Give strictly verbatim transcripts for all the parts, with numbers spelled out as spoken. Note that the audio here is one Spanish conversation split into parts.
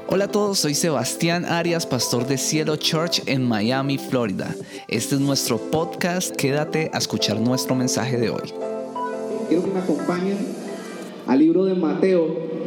Hola a todos, soy Sebastián Arias, pastor de Cielo Church en Miami, Florida. Este es nuestro podcast, quédate a escuchar nuestro mensaje de hoy. Quiero que me acompañen al libro de Mateo,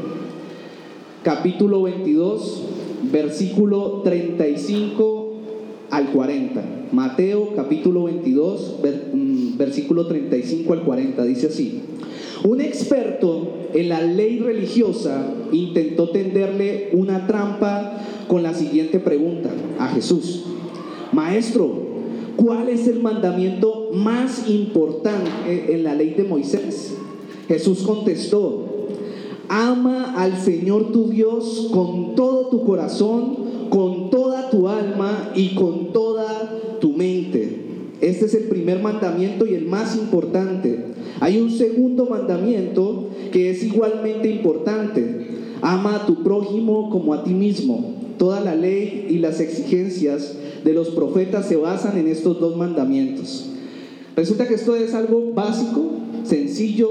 capítulo veintidós, versículo treinta y cinco al cuarenta. Mateo, capítulo veintidós, versículo treinta y cinco al cuarenta, dice así: un experto en la ley religiosa intentó tenderle una trampa con la siguiente pregunta a Jesús: Maestro, ¿cuál es el mandamiento más importante en la ley de Moisés? Jesús contestó: ama al Señor tu Dios con todo tu corazón, con toda tu alma y con toda tu mente. Este es el primer mandamiento y el más importante. Hay un segundo mandamiento que es igualmente importante: ama a tu prójimo como a ti mismo. Toda la ley y las exigencias de los profetas se basan en estos dos mandamientos. Resulta que esto es algo básico, sencillo,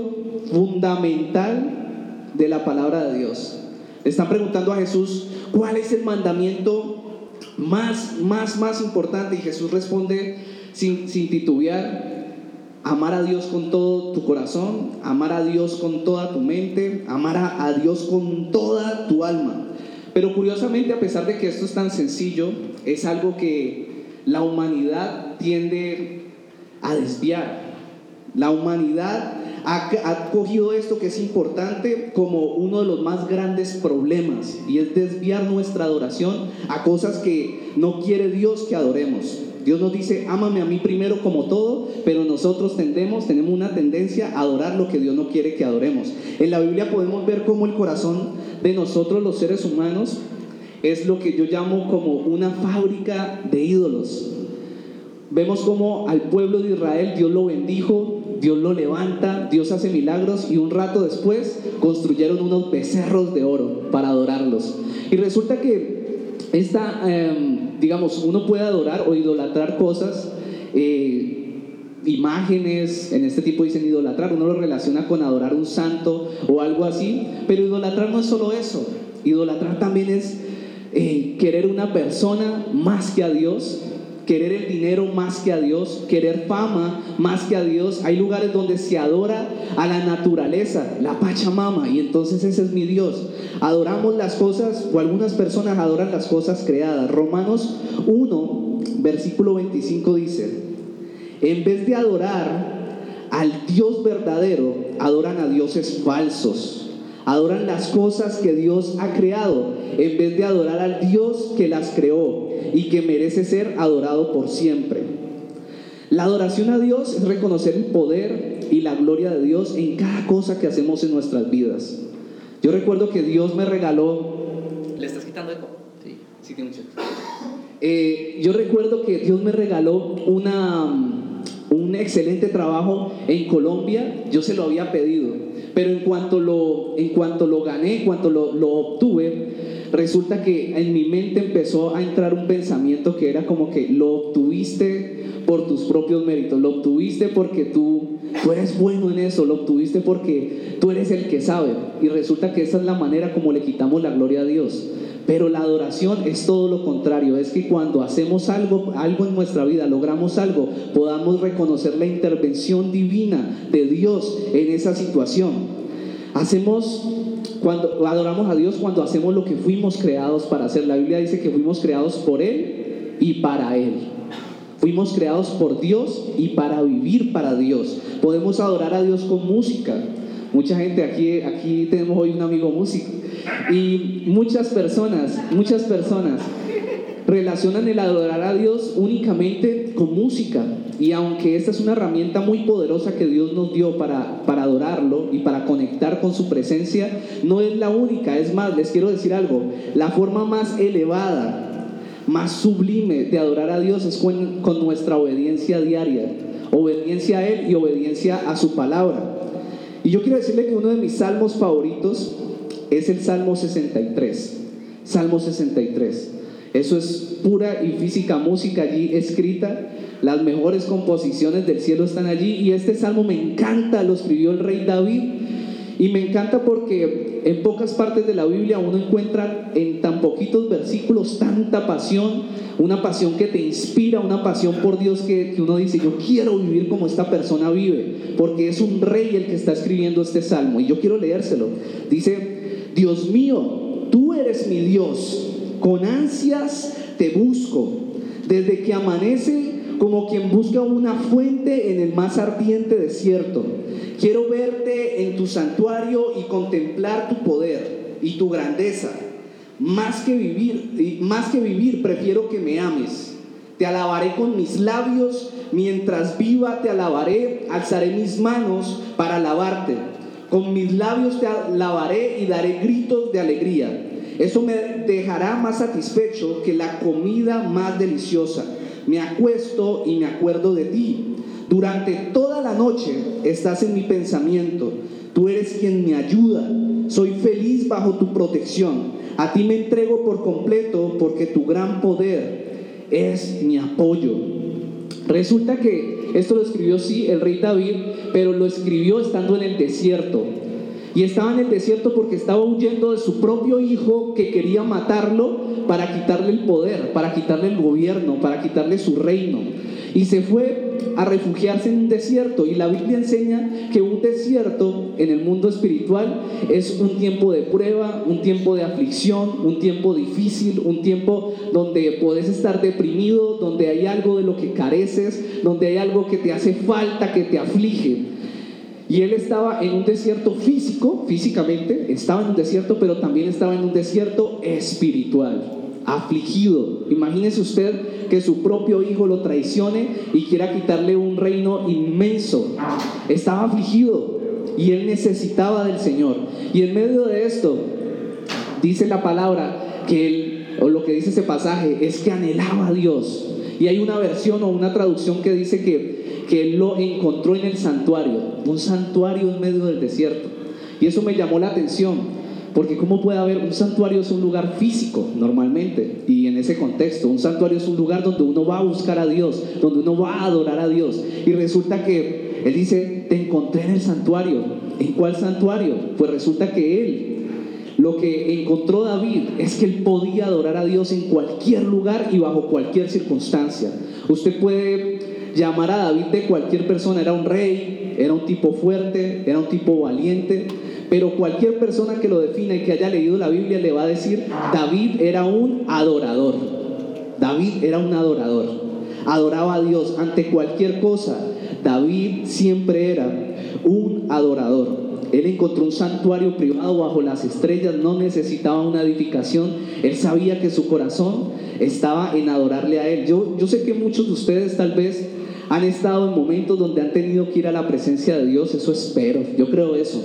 fundamental de la palabra de Dios. Le están preguntando a Jesús cuál es el mandamiento más, más, más importante, y Jesús responde sin, sin titubear: amar a Dios con todo tu corazón, amar a Dios con toda tu mente, amar a, a Dios con toda tu alma. Pero curiosamente, a pesar de que esto es tan sencillo, es algo que la humanidad tiende a desviar. La humanidad ha, ha cogido esto que es importante como uno de los más grandes problemas, y es desviar nuestra adoración a cosas que no quiere Dios que adoremos. Dios nos dice: ámame a mí primero como todo, pero nosotros tendemos, tenemos una tendencia a adorar lo que Dios no quiere que adoremos. En la Biblia podemos ver cómo el corazón de nosotros, los seres humanos, es lo que yo llamo como una fábrica de ídolos. Vemos cómo al pueblo de Israel Dios lo bendijo, Dios lo levanta, Dios hace milagros, y un rato después construyeron unos becerros de oro para adorarlos. Y resulta que esta, eh, digamos, uno puede adorar o idolatrar cosas, eh, imágenes. En este tipo dicen idolatrar, uno lo relaciona con adorar un santo o algo así, pero idolatrar no es solo eso. Idolatrar también es eh, querer una persona más que a Dios, querer el dinero más que a Dios, querer fama más que a Dios. Hay lugares donde se adora a la naturaleza, la Pachamama, y entonces ese es mi Dios. Adoramos las cosas, o algunas personas adoran las cosas creadas. Romanos uno, versículo veinticinco dice: en vez de adorar al Dios verdadero, adoran a dioses falsos. Adoran las cosas que Dios ha creado en vez de adorar al Dios que las creó y que merece ser adorado por siempre. La adoración a Dios es reconocer el poder y la gloria de Dios en cada cosa que hacemos en nuestras vidas. Yo recuerdo que Dios me regaló... ¿Le estás quitando eco? Sí, sí tiene mucho. Eh, yo recuerdo que Dios me regaló una, un excelente trabajo en Colombia. Yo se lo había pedido, pero en cuanto lo, en cuanto lo gané, en cuanto lo, lo obtuve, resulta que en mi mente empezó a entrar un pensamiento que era como que lo obtuviste por tus propios méritos, lo obtuviste porque tú, tú eres bueno en eso, lo obtuviste porque tú eres el que sabe. Y resulta que esa es la manera como le quitamos la gloria a Dios. Pero la adoración es todo lo contrario. Es que cuando hacemos algo, algo en nuestra vida, logramos algo, podamos reconocer la intervención divina de Dios en esa situación. Hacemos, cuando adoramos a Dios, cuando hacemos lo que fuimos creados para hacer. La Biblia dice que fuimos creados por Él y para Él. Fuimos creados por Dios y para vivir para Dios. Podemos adorar a Dios con música. Mucha gente aquí, aquí tenemos hoy un amigo músico, y muchas personas, muchas personas relacionan el adorar a Dios únicamente con música. Y aunque esta es una herramienta muy poderosa que Dios nos dio para, para adorarlo y para conectar con su presencia, no es la única. Es más, les quiero decir algo: la forma más elevada, más sublime de adorar a Dios es con, con nuestra obediencia diaria, obediencia a Él y obediencia a su palabra. Y yo quiero decirle que uno de mis salmos favoritos es el Salmo sesenta y tres. Salmo sesenta y tres. Eso es pura y física música allí escrita. Las mejores composiciones del cielo están allí. Y este salmo me encanta, lo escribió el rey David. Y me encanta porque en pocas partes de la Biblia uno encuentra en tan poquitos versículos tanta pasión, una pasión que te inspira, una pasión por Dios que, que uno dice, yo quiero vivir como esta persona vive, porque es un rey el que está escribiendo este salmo. Y yo quiero leérselo. Dice: Dios mío, tú eres mi Dios, con ansias te busco, desde que amanece, como quien busca una fuente en el más ardiente desierto. Quiero verte en tu santuario y contemplar tu poder y tu grandeza. Más que vivir, más que vivir, prefiero que me ames. Te alabaré con mis labios, mientras viva te alabaré, alzaré mis manos para alabarte. Con mis labios te alabaré y daré gritos de alegría. Eso me dejará más satisfecho que la comida más deliciosa. Me acuesto y me acuerdo de ti. Durante toda la noche estás en mi pensamiento. Tú eres quien me ayuda. Soy feliz bajo tu protección. A ti me entrego por completo, porque tu gran poder es mi apoyo. Resulta que esto lo escribió sí el rey David, pero lo escribió estando en el desierto. Y estaba en el desierto porque estaba huyendo de su propio hijo, que quería matarlo para quitarle el poder, para quitarle el gobierno, para quitarle su reino. Y se fue a refugiarse en un desierto. Y la Biblia enseña que un desierto en el mundo espiritual es un tiempo de prueba, un tiempo de aflicción, un tiempo difícil, un tiempo donde puedes estar deprimido, donde hay algo de lo que careces, donde hay algo que te hace falta, que te aflige. Y él estaba en un desierto físico, físicamente, estaba en un desierto, pero también estaba en un desierto espiritual, afligido. Imagínese usted que su propio hijo lo traicione y quiera quitarle un reino inmenso. Estaba afligido y él necesitaba del Señor. Y en medio de esto, dice la palabra que él, o lo que dice ese pasaje, es que anhelaba a Dios. Y hay una versión o una traducción que dice que que él lo encontró en el santuario, un santuario en medio del desierto. Y eso me llamó la atención, porque ¿cómo puede haber? Un santuario es un lugar físico normalmente, y en ese contexto un santuario es un lugar donde uno va a buscar a Dios, donde uno va a adorar a Dios. Y resulta que él dice: te encontré en el santuario. ¿En cuál santuario? Pues resulta que él, lo que encontró David es que él podía adorar a Dios en cualquier lugar y bajo cualquier circunstancia. Usted puede llamar a David de cualquier persona. Era un rey, era un tipo fuerte, era un tipo valiente, pero cualquier persona que lo defina y que haya leído la Biblia le va a decir: David era un adorador. David era un adorador, adoraba a Dios ante cualquier cosa. David siempre era un adorador. Él encontró un santuario privado bajo las estrellas, no necesitaba una edificación. Él sabía que su corazón estaba en adorarle a Él. Yo, yo sé que muchos de ustedes tal vez han estado en momentos donde han tenido que ir a la presencia de Dios, eso espero, yo creo eso.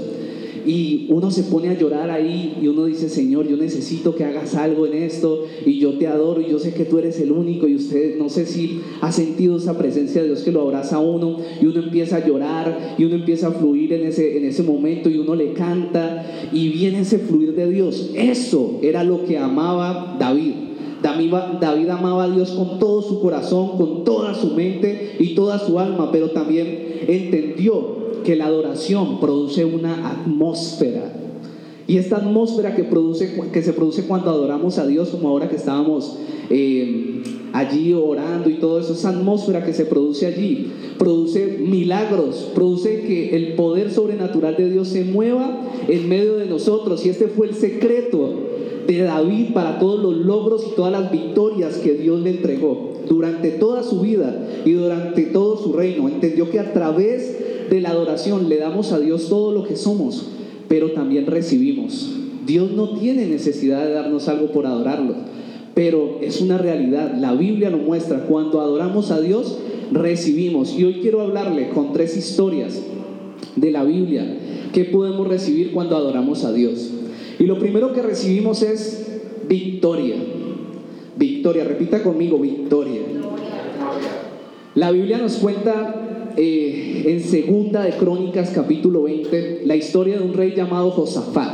Y uno se pone a llorar ahí y uno dice: Señor, yo necesito que hagas algo en esto, y yo te adoro y yo sé que tú eres el único. Y usted, no sé si ha sentido esa presencia de Dios que lo abraza a uno, y uno empieza a llorar y uno empieza a fluir en ese, en ese momento, y uno le canta y viene ese fluir de Dios. Eso era lo que amaba David. David, David amaba a Dios con todo su corazón, con toda su mente y toda su alma, pero también entendió que la adoración produce una atmósfera. Y esta atmósfera que, produce, que se produce cuando adoramos a Dios, como ahora que estábamos eh, allí orando y todo eso, esa atmósfera que se produce allí produce milagros, produce que el poder sobrenatural de Dios se mueva en medio de nosotros. Y este fue el secreto de David para todos los logros y todas las victorias que Dios le entregó durante toda su vida y durante todo su reino. Entendió que a través de la adoración le damos a Dios todo lo que somos, pero también recibimos. Dios no tiene necesidad de darnos algo por adorarlo, pero es una realidad. La Biblia lo muestra. Cuando adoramos a Dios, recibimos. Y hoy quiero hablarle con tres historias de la Biblia que podemos recibir cuando adoramos a Dios. Y lo primero que recibimos es victoria. Victoria, repita conmigo: victoria. La Biblia nos cuenta eh, en Segunda de Crónicas capítulo veinte la historia de un rey llamado Josafat.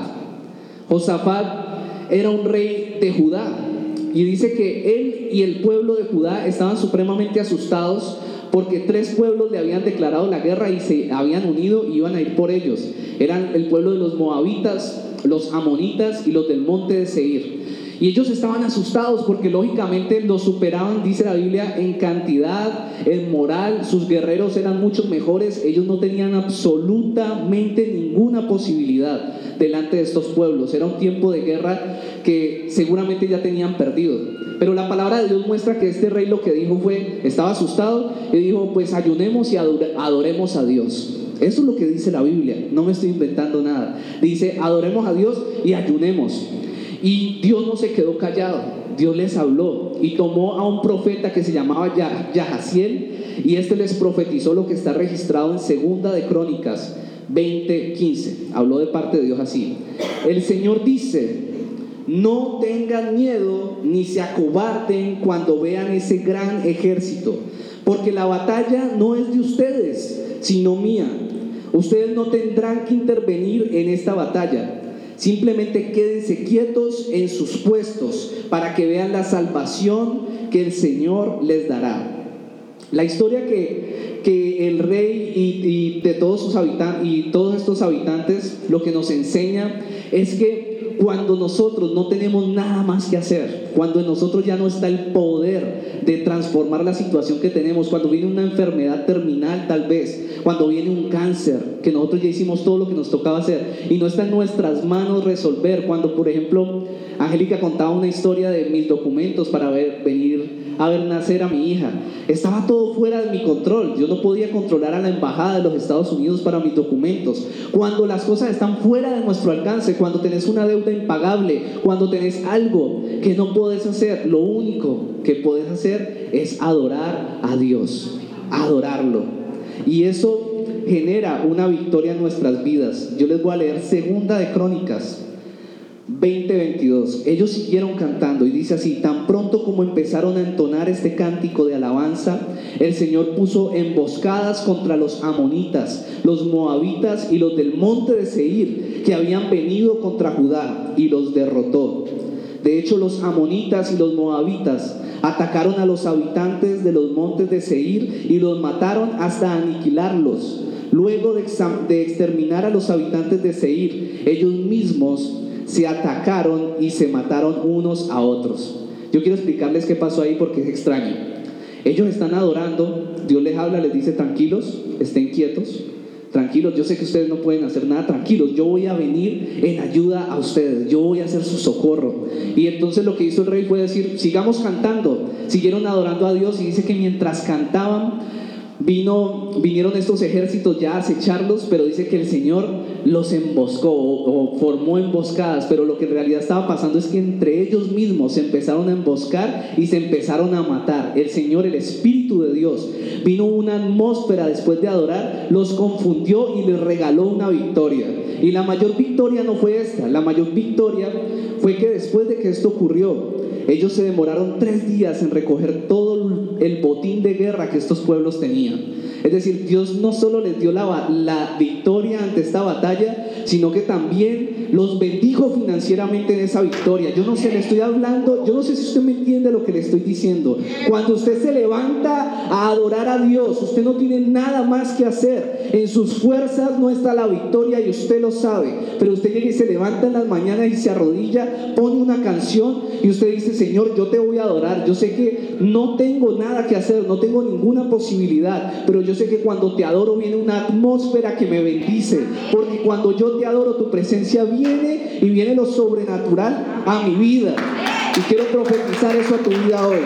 Josafat era un rey de Judá, y dice que él y el pueblo de Judá estaban supremamente asustados porque tres pueblos le habían declarado la guerra y se habían unido y iban a ir por ellos. Eran el pueblo de los moabitas, los amonitas y los del monte de Seir. Y ellos estaban asustados porque lógicamente los superaban, dice la Biblia, en cantidad, en moral. Sus guerreros eran mucho mejores. Ellos no tenían absolutamente ninguna posibilidad delante de estos pueblos. Era un tiempo de guerra que seguramente ya tenían perdido. Pero la palabra de Dios muestra que este rey lo que dijo fue, estaba asustado y dijo, pues ayunemos y adoremos a Dios. Eso es lo que dice la Biblia, no me estoy inventando nada. Dice, adoremos a Dios y ayunemos. Y Dios no se quedó callado, Dios les habló y tomó a un profeta que se llamaba Yahaziel, y este les profetizó lo que está registrado en Segunda de Crónicas veinte quince. Habló de parte de Dios así: el Señor dice, no tengan miedo ni se acobarden cuando vean ese gran ejército, porque la batalla no es de ustedes, sino mía. Ustedes no tendrán que intervenir en esta batalla. Simplemente quédense quietos en sus puestos para que vean la salvación que el Señor les dará. La historia que, que el rey y, y de todos sus habitantes y todos estos habitantes lo que nos enseña es que cuando nosotros no tenemos nada más que hacer, cuando en nosotros ya no está el poder de transformar la situación que tenemos, cuando viene una enfermedad terminal tal vez, cuando viene un cáncer, que nosotros ya hicimos todo lo que nos tocaba hacer y no está en nuestras manos resolver, cuando por ejemplo Angélica contaba una historia de mis documentos para ver, venir a ver nacer a mi hija, estaba todo fuera de mi control, yo no podía controlar a la embajada de los Estados Unidos para mis documentos. Cuando las cosas están fuera de nuestro alcance, cuando tenés una deuda impagable, cuando tenés algo que no podés hacer, lo único que podés hacer es adorar a Dios, adorarlo, y eso genera una victoria en nuestras vidas. Yo les voy a leer Segunda de Crónicas veinte veintidós. Ellos siguieron cantando y dice así: tan pronto como empezaron a entonar este cántico de alabanza, el Señor puso emboscadas contra los amonitas, los moabitas y los del monte de Seir, que habían venido contra Judá, y los derrotó. De hecho, los amonitas y los moabitas atacaron a los habitantes de los montes de Seir y los mataron hasta aniquilarlos. Luego de, exam- de exterminar a los habitantes de Seir, ellos mismos se atacaron y se mataron unos a otros. Yo quiero explicarles qué pasó ahí porque es extraño. Ellos están adorando, Dios les habla, les dice: tranquilos, estén quietos, tranquilos, yo sé que ustedes no pueden hacer nada, tranquilos, yo voy a venir en ayuda a ustedes, yo voy a hacer su socorro. Y entonces lo que hizo el rey fue decir: sigamos cantando. Siguieron adorando a Dios, y dice que mientras cantaban Vino, vinieron estos ejércitos ya a acecharlos, pero dice que el Señor los emboscó o, o formó emboscadas. Pero lo que en realidad estaba pasando es que entre ellos mismos se empezaron a emboscar y se empezaron a matar. El Señor, el Espíritu de Dios, vino una atmósfera después de adorar, los confundió y les regaló una victoria. Y la mayor victoria no fue esta, la mayor victoria fue que después de que esto ocurrió, ellos se demoraron tres días en recoger todo el botín de guerra que estos pueblos tenían. Es decir, Dios no solo les dio la, la victoria ante esta batalla, sino que también los bendijo financieramente en esa victoria. Yo no sé, le estoy hablando, yo no sé si usted me entiende lo que le estoy diciendo. Cuando usted se levanta a adorar a Dios, usted no tiene nada más que hacer. En sus fuerzas no está la victoria y usted lo sabe. Pero usted llega y se levanta en las mañanas y se arrodilla, pone una canción y usted dice: Señor, yo te voy a adorar. Yo sé que no tengo nada que hacer, no tengo ninguna posibilidad, pero yo sé que cuando te adoro viene una atmósfera que me bendice, porque cuando yo te adoro, tu presencia viene y viene lo sobrenatural a mi vida. Y quiero profetizar eso a tu vida hoy.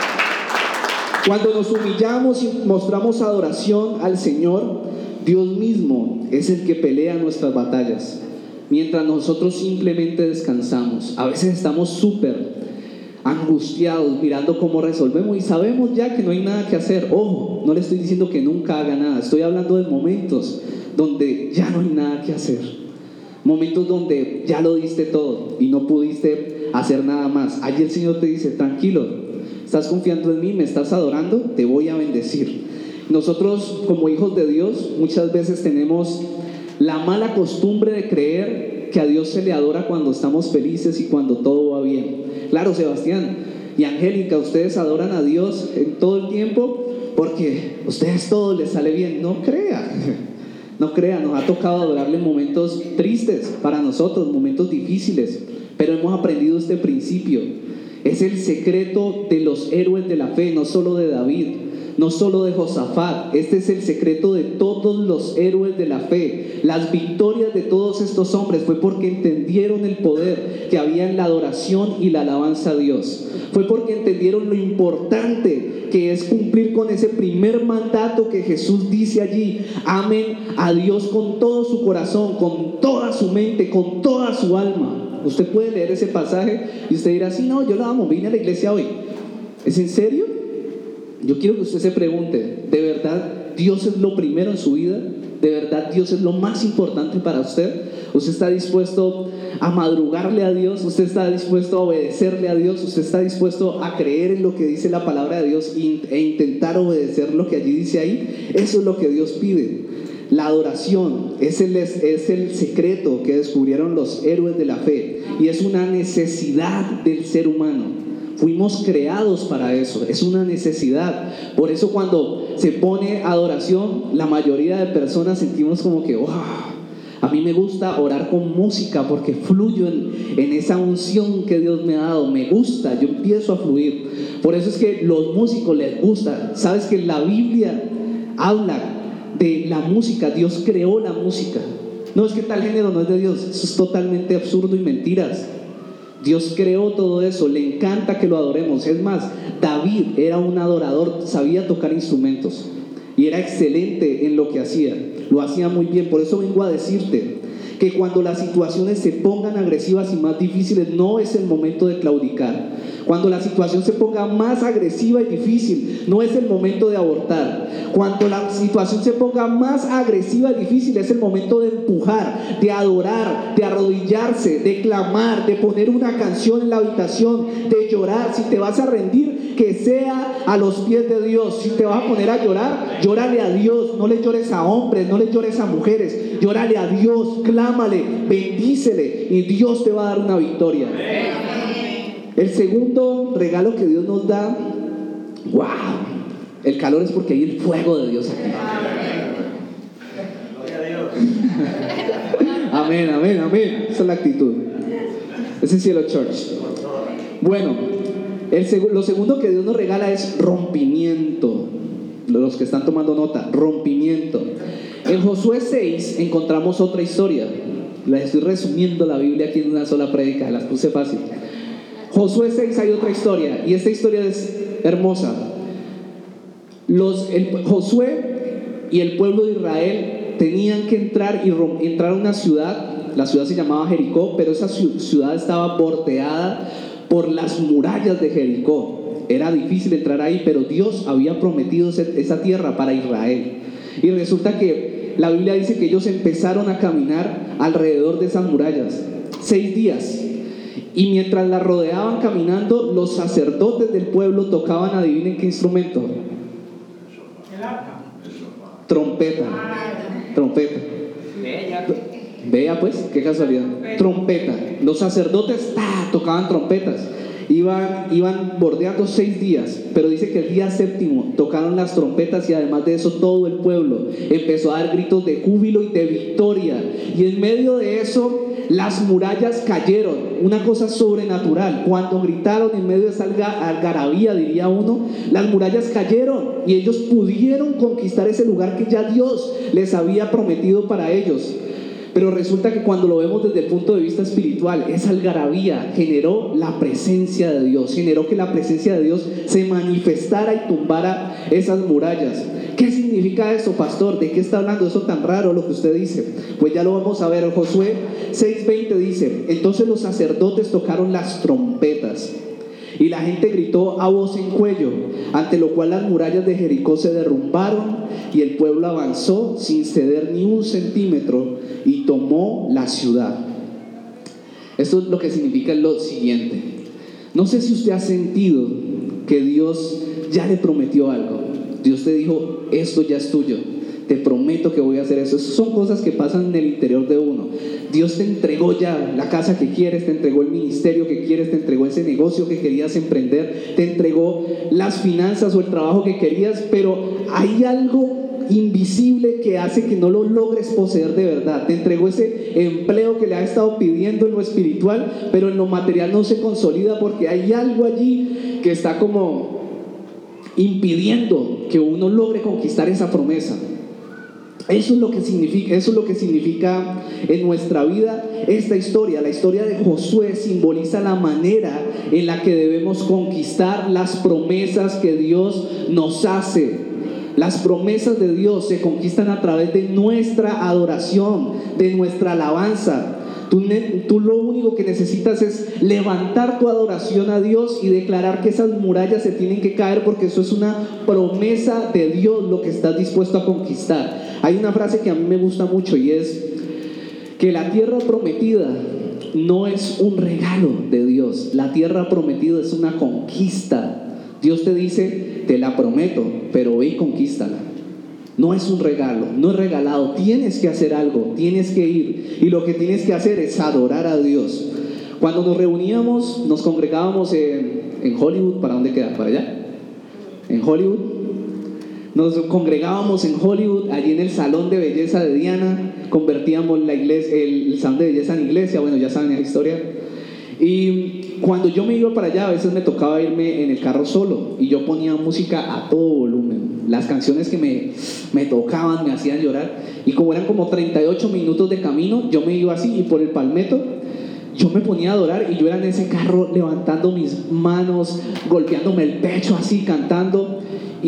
Cuando nos humillamos y mostramos adoración al Señor, Dios mismo es el que pelea nuestras batallas, mientras nosotros simplemente descansamos. A veces estamos súper angustiados mirando cómo resolvemos y sabemos ya que no hay nada que hacer. Ojo, no le estoy diciendo que nunca haga nada, estoy hablando de momentos donde ya no hay nada que hacer, momentos donde ya lo diste todo y no pudiste hacer nada más. Allí el Señor te dice: tranquilo, estás confiando en mí, me estás adorando, te voy a bendecir. Nosotros como hijos de Dios muchas veces tenemos la mala costumbre de creer que a Dios se le adora cuando estamos felices y cuando todo va bien. Claro, Sebastián y Angélica, ustedes adoran a Dios en todo el tiempo, porque a ustedes todo les sale bien. No crea, no crea, nos ha tocado adorarle en momentos tristes para nosotros, momentos difíciles, pero hemos aprendido este principio. Es el secreto de los héroes de la fe, no solo de David, no solo de Josafat. Este es el secreto de todos los héroes de la fe. Las victorias de todos estos hombres fue porque entendieron el poder que había en la adoración y la alabanza a Dios. Fue porque entendieron lo importante que es cumplir con ese primer mandato que Jesús dice allí: amen a Dios con todo su corazón, con toda su mente, con toda su alma. Usted puede leer ese pasaje y usted dirá: sí, no, yo lo amo, vine a la iglesia hoy. ¿Es en serio? Yo quiero que usted se pregunte: ¿de verdad Dios es lo primero en su vida? ¿De verdad Dios es lo más importante para usted? ¿Usted está dispuesto a madrugarle a Dios? ¿Usted está dispuesto a obedecerle a Dios? ¿Usted está dispuesto a creer en lo que dice la palabra de Dios e intentar obedecer lo que allí dice ahí? Eso es lo que Dios pide. La adoración es el, es el secreto que descubrieron los héroes de la fe, y es una necesidad del ser humano. Fuimos creados para eso, es una necesidad. Por eso cuando se pone adoración, la mayoría de personas sentimos como que wow, a mí me gusta orar con música porque fluyo en, en esa unción que Dios me ha dado. Me gusta, yo empiezo a fluir. Por eso es que los músicos les gusta. Sabes que la Biblia habla de la música. Dios creó la música. No es que tal género no es de Dios. Eso es totalmente absurdo y mentiras. Dios creó todo eso, le encanta que lo adoremos. Es más, David era un adorador, sabía tocar instrumentos y era excelente en lo que hacía, lo hacía muy bien. Por eso vengo a decirte que cuando las situaciones se pongan agresivas y más difíciles, no es el momento de claudicar. Cuando la situación se ponga más agresiva y difícil, no es el momento de abortar. Cuando la situación se ponga más agresiva y difícil, es el momento de empujar, de adorar, de arrodillarse, de clamar, de poner una canción en la habitación, de llorar. Si te vas a rendir, que sea a los pies de Dios. Si te vas a poner a llorar, llórale a Dios. No le llores a hombres, no le llores a mujeres, llórale a Dios, clámale, bendícele, y Dios te va a dar una victoria. El segundo regalo que Dios nos da, wow, el calor es porque hay el fuego de Dios aquí. Amén, amén, amén. Esa es la actitud. Ese es Cielo Church. Bueno, el seg- lo segundo que Dios nos regala es rompimiento. Los que están tomando nota, rompimiento. En Josué seis encontramos otra historia. Les estoy resumiendo la Biblia aquí en una sola prédica, las puse fácil. Josué seis hay otra historia, y esta historia es hermosa. Los, el, Josué y el pueblo de Israel tenían que entrar y rom, entrar a una ciudad. La ciudad se llamaba Jericó, pero esa ciudad estaba bordeada por las murallas de Jericó. Era difícil entrar ahí, pero Dios había prometido esa tierra para Israel. Y resulta que la Biblia dice que ellos empezaron a caminar alrededor de esas murallas seis días. Y mientras la rodeaban caminando, los sacerdotes del pueblo tocaban, adivinen qué instrumento. Trompeta. Trompeta. Vea pues, qué casualidad. Trompeta. Los sacerdotes ¡tá! Tocaban trompetas. Iban, iban bordeando seis días, pero dice que el día séptimo tocaron las trompetas, y además de eso todo el pueblo empezó a dar gritos de júbilo y de victoria. Y en medio de eso las murallas cayeron, una cosa sobrenatural. Cuando gritaron en medio de esa algarabía, diría uno, las murallas cayeron y ellos pudieron conquistar ese lugar que ya Dios les había prometido para ellos. Pero resulta que cuando lo vemos desde el punto de vista espiritual, esa algarabía generó la presencia de Dios, generó que la presencia de Dios se manifestara y tumbara esas murallas. ¿Qué significa eso, pastor? ¿De qué está hablando eso tan raro lo que usted dice? Pues ya lo vamos a ver. Josué seis veinte dice: entonces los sacerdotes tocaron las trompetas y la gente gritó a voz en cuello, ante lo cual las murallas de Jericó se derrumbaron y el pueblo avanzó sin ceder ni un centímetro y tomó la ciudad. Esto es lo que significa lo siguiente. No sé si usted ha sentido que Dios ya le prometió algo. Dios te dijo: esto ya es tuyo. te prometo que voy a hacer eso. Esas son cosas que pasan en el interior de uno. Dios te entregó ya la casa que quieres, te entregó el ministerio que quieres, te entregó ese negocio que querías emprender, te entregó las finanzas o el trabajo que querías, pero hay algo invisible que hace que no lo logres poseer de verdad. Te entregó ese empleo que le has estado pidiendo en lo espiritual, pero en lo material no se consolida porque hay algo allí que está como impidiendo que uno logre conquistar esa promesa. Eso es lo que significa, eso es lo que significa en nuestra vida esta historia. La historia de Josué simboliza la manera en la que debemos conquistar las promesas que Dios nos hace. Las promesas de Dios se conquistan a través de nuestra adoración, de nuestra alabanza. Tú, tú lo único que necesitas es levantar tu adoración a Dios y declarar que esas murallas se tienen que caer, porque eso es una promesa de Dios lo que estás dispuesto a conquistar. Hay una frase que a mí me gusta mucho y es que la tierra prometida no es un regalo de Dios. La tierra prometida es una conquista. Dios te dice, te la prometo, pero ve y conquístala. No es un regalo, no es regalado. Tienes que hacer algo, tienes que ir. Y lo que tienes que hacer es adorar a Dios. Cuando nos reuníamos, nos congregábamos en, en Hollywood. ¿Para dónde queda? ¿Para allá? En Hollywood. Nos congregábamos en Hollywood, allí en el salón de belleza de Diana. Convertíamos la iglesia, el, el salón de belleza en iglesia. Bueno, ya saben la historia. Y cuando yo me iba para allá, a veces me tocaba irme en el carro solo y yo ponía música a todo volumen. Las canciones que me, me tocaban me hacían llorar, y como eran como treinta y ocho minutos de camino, yo me iba así y por el Palmetto yo me ponía a adorar, y yo era en ese carro levantando mis manos, golpeándome el pecho así, cantando.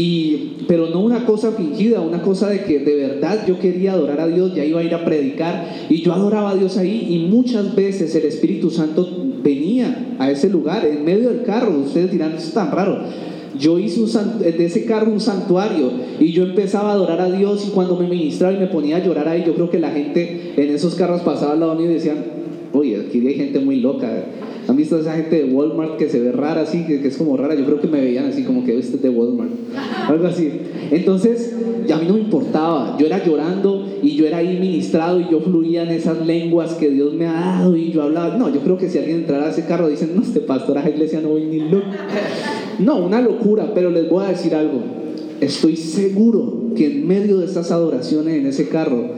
Y, pero no una cosa fingida, una cosa de que de verdad yo quería adorar a Dios. Ya iba a ir a predicar y yo adoraba a Dios ahí, y muchas veces el Espíritu Santo venía a ese lugar en medio del carro. Ustedes dirán, eso es tan raro. Yo hice un, de ese carro un santuario, y yo empezaba a adorar a Dios, y cuando me ministraba y me ponía a llorar ahí, yo creo que la gente en esos carros pasaba al lado mío y decían, oye, aquí hay gente muy loca. ¿Han visto esa gente de Walmart que se ve rara así, que, que es como rara? Yo creo que me veían así como que este es de Walmart, algo así. Entonces, a mí no me importaba. Yo era llorando y yo era ahí ministrado, y yo fluía en esas lenguas que Dios me ha dado, y yo hablaba. No, yo creo que si alguien entrara a ese carro dicen, no, este pastor a la iglesia no voy ni loco. No, una locura. Pero les voy a decir algo. Estoy seguro que en medio de esas adoraciones en ese carro,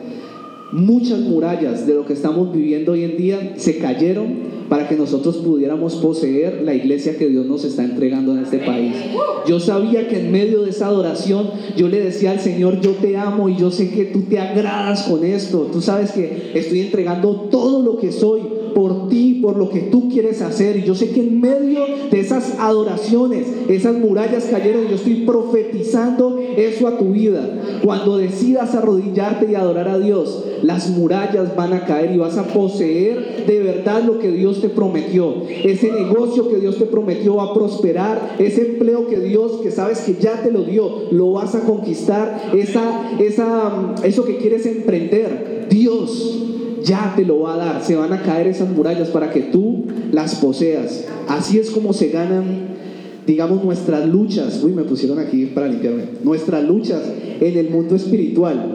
muchas murallas de lo que estamos viviendo hoy en día se cayeron para que nosotros pudiéramos poseer la iglesia que Dios nos está entregando en este país. Yo sabía que en medio de esa adoración yo le decía al Señor, yo te amo y yo sé que tú te agradas con esto. Tú sabes que estoy entregando todo lo que soy por ti, por lo que tú quieres hacer. Y yo sé que en medio de esas adoraciones, esas murallas cayeron, y yo estoy profetizando eso a tu vida. Cuando decidas arrodillarte y adorar a Dios, las murallas van a caer y vas a poseer de verdad lo que Dios te prometió. Ese negocio que Dios te prometió va a prosperar. Ese empleo que Dios, que sabes que ya te lo dio, lo vas a conquistar. Esa, esa, eso que quieres emprender, Dios ya te lo va a dar. Se van a caer esas murallas para que tú las poseas. Así es como se ganan, digamos, nuestras luchas. Uy, me pusieron aquí para limpiarme. Nuestras luchas en el mundo espiritual.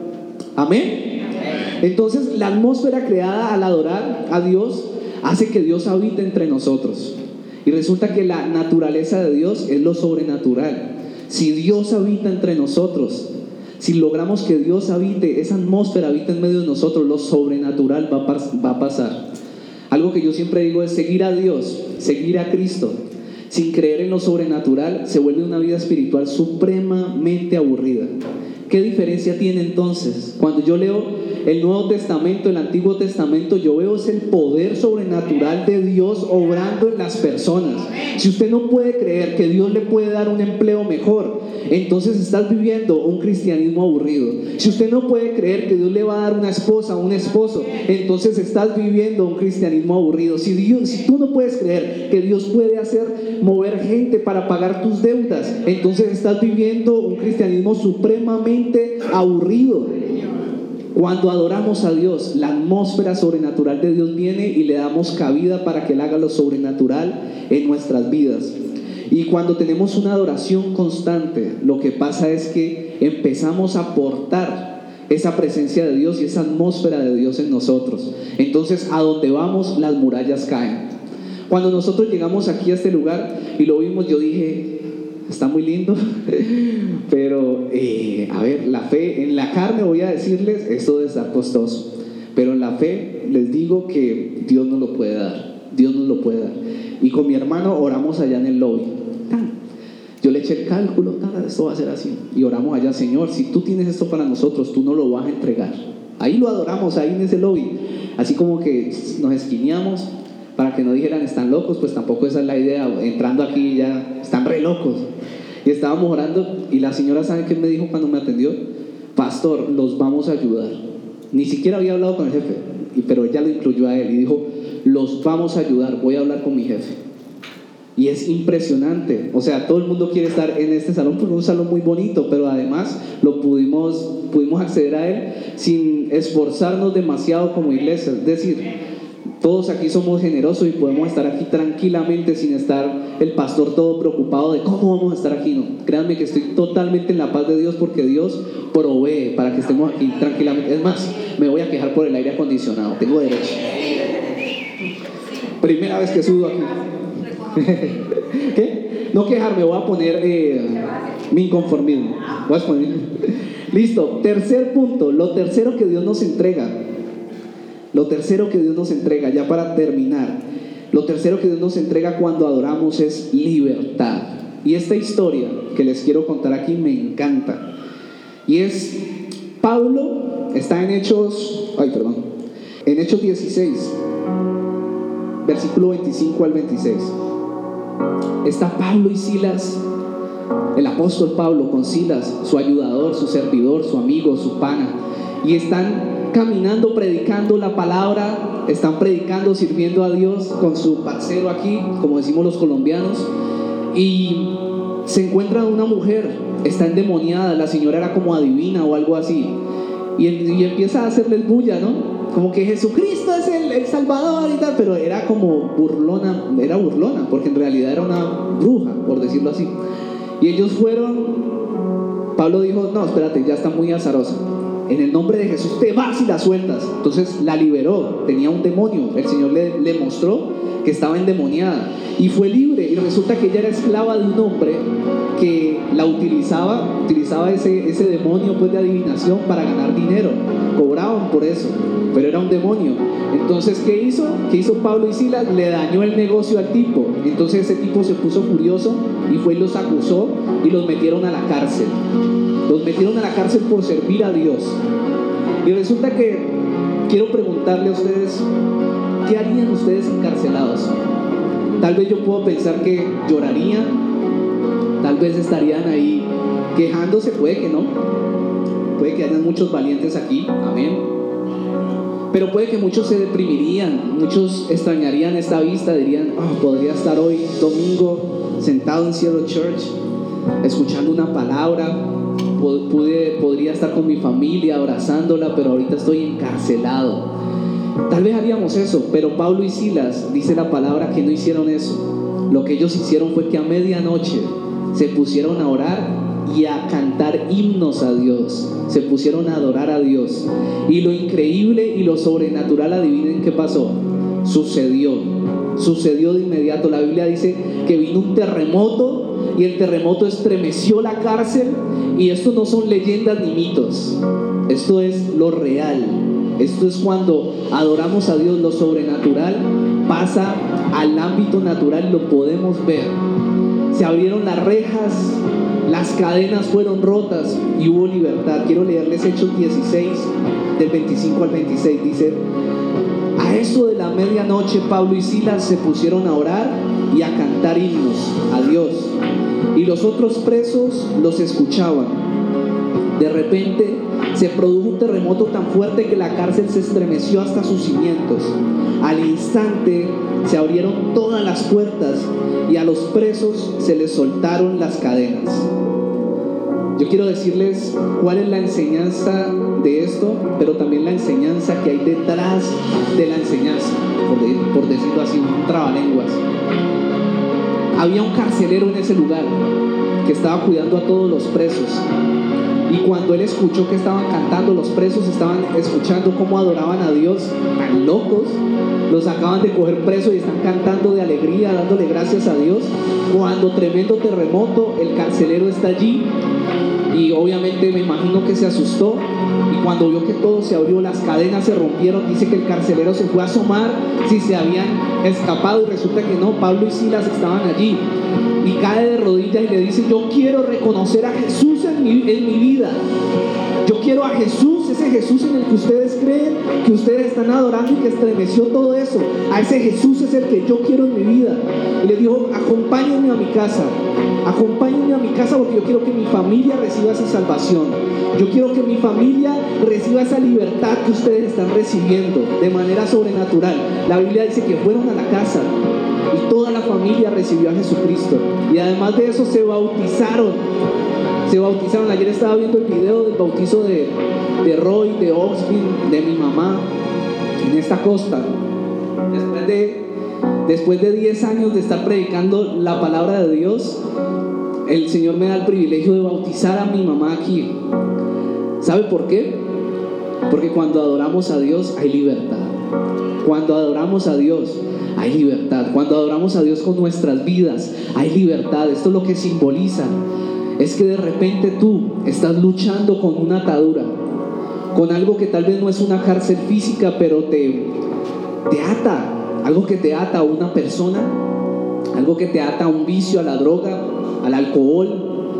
Amén. Entonces, la atmósfera creada al adorar a Dios hace que Dios habite entre nosotros. Y resulta que la naturaleza de Dios es lo sobrenatural. Si Dios habita entre nosotros, si logramos que Dios habite, esa atmósfera habita en medio de nosotros, lo sobrenatural va a, va a pasar. Algo que yo siempre digo es seguir a Dios, seguir a Cristo, sin creer en lo sobrenatural, se vuelve una vida espiritual supremamente aburrida. ¿Qué diferencia tiene entonces? Cuando yo leo el Nuevo Testamento, el Antiguo Testamento, yo veo es el poder sobrenatural de Dios obrando en las personas. Si usted no puede creer que Dios le puede dar un empleo mejor, entonces estás viviendo un cristianismo aburrido. Si usted no puede creer que Dios le va a dar una esposa o un esposo, entonces estás viviendo un cristianismo aburrido. Si, Dios, si tú no puedes creer que Dios puede hacer mover gente para pagar tus deudas, entonces estás viviendo un cristianismo supremamente aburrido. Cuando adoramos a Dios, la atmósfera sobrenatural de Dios viene y le damos cabida para que Él haga lo sobrenatural en nuestras vidas. Y cuando tenemos una adoración constante, lo que pasa es que empezamos a portar esa presencia de Dios y esa atmósfera de Dios en nosotros. Entonces, a donde vamos, las murallas caen. Cuando nosotros llegamos aquí a este lugar y lo vimos, yo dije, está muy lindo, pero eh, a ver, la fe, en la carne voy a decirles, esto debe estar costoso, pero en la fe les digo que Dios nos lo puede dar, Dios nos lo puede dar. Y con mi hermano oramos allá en el lobby. Yo le eché el cálculo, esto va a ser así, y oramos allá, Señor, si tú tienes esto para nosotros, tú no lo vas a entregar. Ahí lo adoramos, ahí en ese lobby, así como que nos esquineamos para que no dijeran están locos, pues tampoco esa es la idea. Entrando aquí ya están re locos. Y estábamos orando y la señora, ¿sabe qué me dijo cuando me atendió? Pastor, los vamos a ayudar. Ni siquiera había hablado con el jefe, pero ella lo incluyó a él y dijo, los vamos a ayudar, voy a hablar con mi jefe. Y es impresionante, o sea, todo el mundo quiere estar en este salón porque es un salón muy bonito, pero además lo pudimos, pudimos acceder a él sin esforzarnos demasiado como iglesia. Es decir, todos aquí somos generosos y podemos estar aquí tranquilamente sin estar el pastor todo preocupado de cómo vamos a estar aquí. No, créanme que estoy totalmente en la paz de Dios porque Dios provee para que estemos aquí tranquilamente. Es más, me voy a quejar por el aire acondicionado, tengo derecho. Primera vez que sudo aquí. ¿Qué? No quejarme, voy a poner eh, mi inconformismo. Voy a poner. Listo, tercer punto, lo tercero que Dios nos entrega. Lo tercero que Dios nos entrega, ya para terminar, lo tercero que Dios nos entrega cuando adoramos es libertad. Y esta historia que les quiero contar aquí me encanta. Y es, Pablo está en Hechos, ay perdón, en Hechos dieciséis, versículo veinticinco al veintiséis. Está Pablo y Silas, el apóstol Pablo con Silas, su ayudador, su servidor, su amigo, su pana, y están caminando, predicando la palabra, están predicando, sirviendo a Dios con su parcero aquí, como decimos los colombianos, y se encuentra una mujer, está endemoniada, la señora era como adivina o algo así, y, y empieza a hacerle bulla, ¿no? Como que Jesucristo es el, el Salvador y tal, pero era como burlona, era burlona, porque en realidad era una bruja, por decirlo así. Y ellos fueron, Pablo dijo, no, espérate, ya está muy azarosa. En el nombre de Jesús te vas y la sueltas. Entonces la liberó, tenía un demonio. El Señor le, le mostró que estaba endemoniada y fue libre. Y resulta que ella era esclava de un hombre que la utilizaba, utilizaba ese, ese demonio pues de adivinación para ganar dinero. Cobraban por eso, pero era un demonio. Entonces, ¿qué hizo? ¿Qué hizo Pablo y Silas? Le dañó el negocio al tipo. Entonces ese tipo se puso furioso y fue y los acusó y los metieron a la cárcel. Los metieron a la cárcel por servir a Dios. Y resulta que quiero preguntarle a ustedes, ¿qué harían ustedes encarcelados? Tal vez yo puedo pensar que llorarían, tal vez estarían ahí quejándose, puede que no, puede que hayan muchos valientes aquí, amén, pero puede que muchos se deprimirían, muchos extrañarían esta vista, dirían, oh, podría estar hoy domingo sentado en Cielo Church escuchando una palabra, Pude, podría estar con mi familia abrazándola, pero ahorita estoy encarcelado. Tal vez haríamos eso, pero Pablo y Silas, dice la palabra, que no hicieron eso. Lo que ellos hicieron fue que a medianoche se pusieron a orar y a cantar himnos a Dios, se pusieron a adorar a Dios. Y lo increíble y lo sobrenatural, adivinen qué pasó. Sucedió, sucedió de inmediato. La Biblia dice que vino un terremoto y el terremoto estremeció la cárcel. Y esto no son leyendas ni mitos, esto es lo real. Esto es cuando adoramos a Dios, lo sobrenatural pasa al ámbito natural, lo podemos ver. Se abrieron las rejas, las cadenas fueron rotas y hubo libertad. Quiero leerles Hechos dieciséis, del veinticinco al veintiséis. Dice, a eso de la medianoche Pablo y Silas se pusieron a orar y a cantar himnos a Dios, y los otros presos los escuchaban. De repente se produjo un terremoto tan fuerte que la cárcel se estremeció hasta sus cimientos. Al instante se abrieron todas las puertas y a los presos se les soltaron las cadenas. Yo quiero decirles cuál es la enseñanza de esto, pero también la enseñanza que hay detrás de la enseñanza, por, de, por decirlo así, un trabalenguas. Había un carcelero en ese lugar que estaba cuidando a todos los presos. Y cuando él escuchó que estaban cantando, los presos estaban escuchando cómo adoraban a Dios, tan locos, los acaban de coger presos y están cantando de alegría, dándole gracias a Dios. Cuando tremendo terremoto, el carcelero está allí y obviamente me imagino que se asustó, y cuando vio que todo se abrió, las cadenas se rompieron, dice que el carcelero se fue a asomar si se habían escapado, y resulta que no, Pablo y Silas estaban allí, y cae de rodillas y le dice: yo quiero reconocer a Jesús en mi, en mi vida, yo quiero a Jesús, ese Jesús en el que ustedes creen, que ustedes están adorando y que estremeció todo eso, a ese Jesús es el que yo quiero en mi vida. Y le dijo: acompáñenme a mi casa, acompáñenme a mi casa, porque yo quiero que mi familia reciba esa salvación, yo quiero que mi familia reciba esa libertad que ustedes están recibiendo de manera sobrenatural. La Biblia dice que fueron a la casa y toda la familia recibió a Jesucristo, y además de eso se bautizaron. Se bautizaron. Ayer estaba viendo el video del bautizo de, de Roy, de Oxville, de mi mamá en esta costa. Después de, después de diez años de estar predicando la palabra de Dios, el Señor me da el privilegio de bautizar a mi mamá aquí. ¿Sabe por qué? Porque cuando adoramos a Dios hay libertad. Cuando adoramos a Dios hay libertad. Cuando adoramos a Dios con nuestras vidas hay libertad. Esto es lo que simboliza. Es que de repente tú estás luchando con una atadura, con algo que tal vez no es una cárcel física, pero te, te ata, algo que te ata a una persona, algo que te ata a un vicio, a la droga, al alcohol,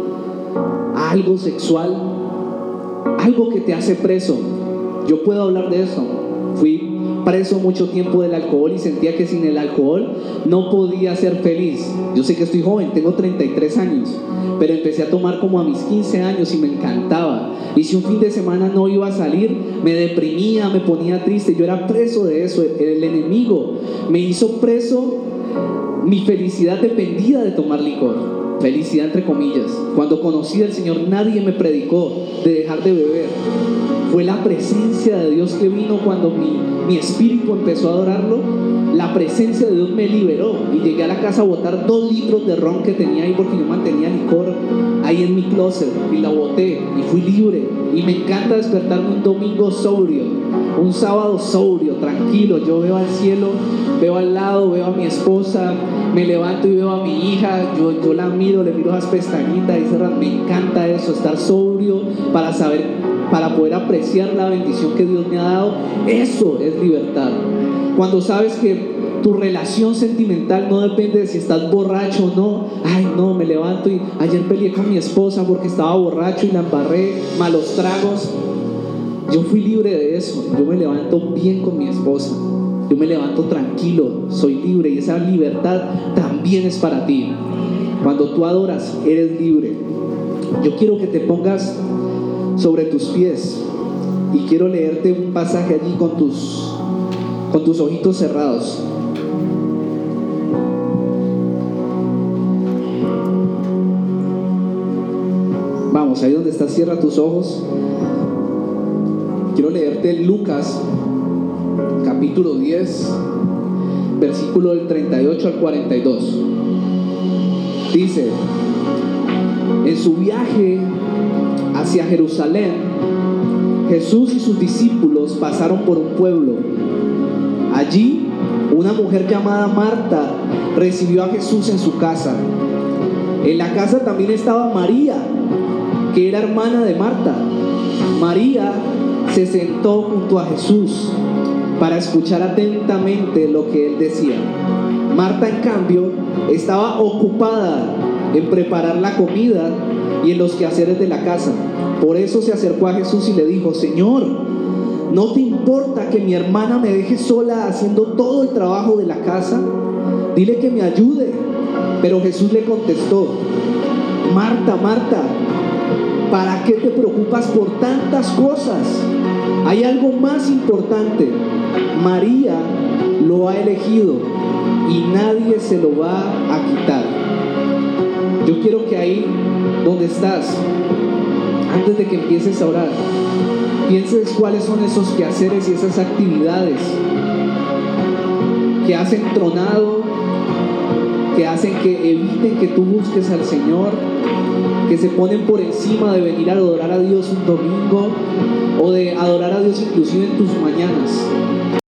a algo sexual, algo que te hace preso. Yo puedo hablar de eso. Fui preso mucho tiempo del alcohol y sentía que sin el alcohol no podía ser feliz. Yo sé que estoy joven, tengo treinta y tres años, pero empecé a tomar como a mis quince años y me encantaba. Y si un fin de semana no iba a salir, me deprimía, me ponía triste. Yo era preso de eso. El enemigo me hizo preso. Mi felicidad dependía de tomar licor. Felicidad entre comillas. Cuando conocí al Señor, nadie me predicó de dejar de beber. Fue la presencia de Dios que vino cuando mi, mi espíritu empezó a adorarlo. La presencia de Dios me liberó y llegué a la casa a botar dos litros de ron que tenía ahí, porque yo mantenía licor ahí en mi closet, y la boté y fui libre. Y me encanta despertarme un domingo sobrio, un sábado sobrio, tranquilo. Yo veo al cielo, veo al lado, veo a mi esposa, me levanto y veo a mi hija, yo, yo la miro, le miro las pestañitas y cerran. Me encanta eso, estar sobrio para saber, para poder apreciar la bendición que Dios me ha dado. Eso es libertad. Cuando sabes que tu relación sentimental no depende de si estás borracho o no. Ay, no, me levanto y ayer peleé con mi esposa porque estaba borracho y la embarré, malos tragos. Yo fui libre de eso. Yo me levanto bien con mi esposa. Yo me levanto tranquilo, soy libre, y esa libertad también es para ti. Cuando tú adoras, eres libre. Yo quiero que te pongas sobre tus pies y quiero leerte un pasaje allí con tus, con tus ojitos cerrados. Vamos, ahí donde estás, cierra tus ojos. Quiero leerte Lucas capítulo diez, versículo del treinta y ocho al cuarenta y dos. Dice: en su viaje hacia Jerusalén, Jesús y sus discípulos pasaron por un pueblo. Allí, una mujer llamada Marta recibió a Jesús en su casa. En la casa también estaba María, que era hermana de Marta. María se sentó junto a Jesús para escuchar atentamente lo que él decía. Marta, en cambio, estaba ocupada en preparar la comida y en los quehaceres de la casa. Por eso se acercó a Jesús y le dijo: Señor, ¿no te importa que mi hermana me deje sola haciendo todo el trabajo de la casa? Dile que me ayude. Pero Jesús le contestó: Marta, Marta, ¿para qué te preocupas por tantas cosas? Hay algo más importante. María lo ha elegido y nadie se lo va a quitar. Yo quiero que ahí donde estás, antes de que empieces a orar, pienses cuáles son esos quehaceres y esas actividades que hacen tronado, que hacen que eviten que tú busques al Señor, que se ponen por encima de venir a adorar a Dios un domingo o de adorar a Dios inclusive en tus mañanas.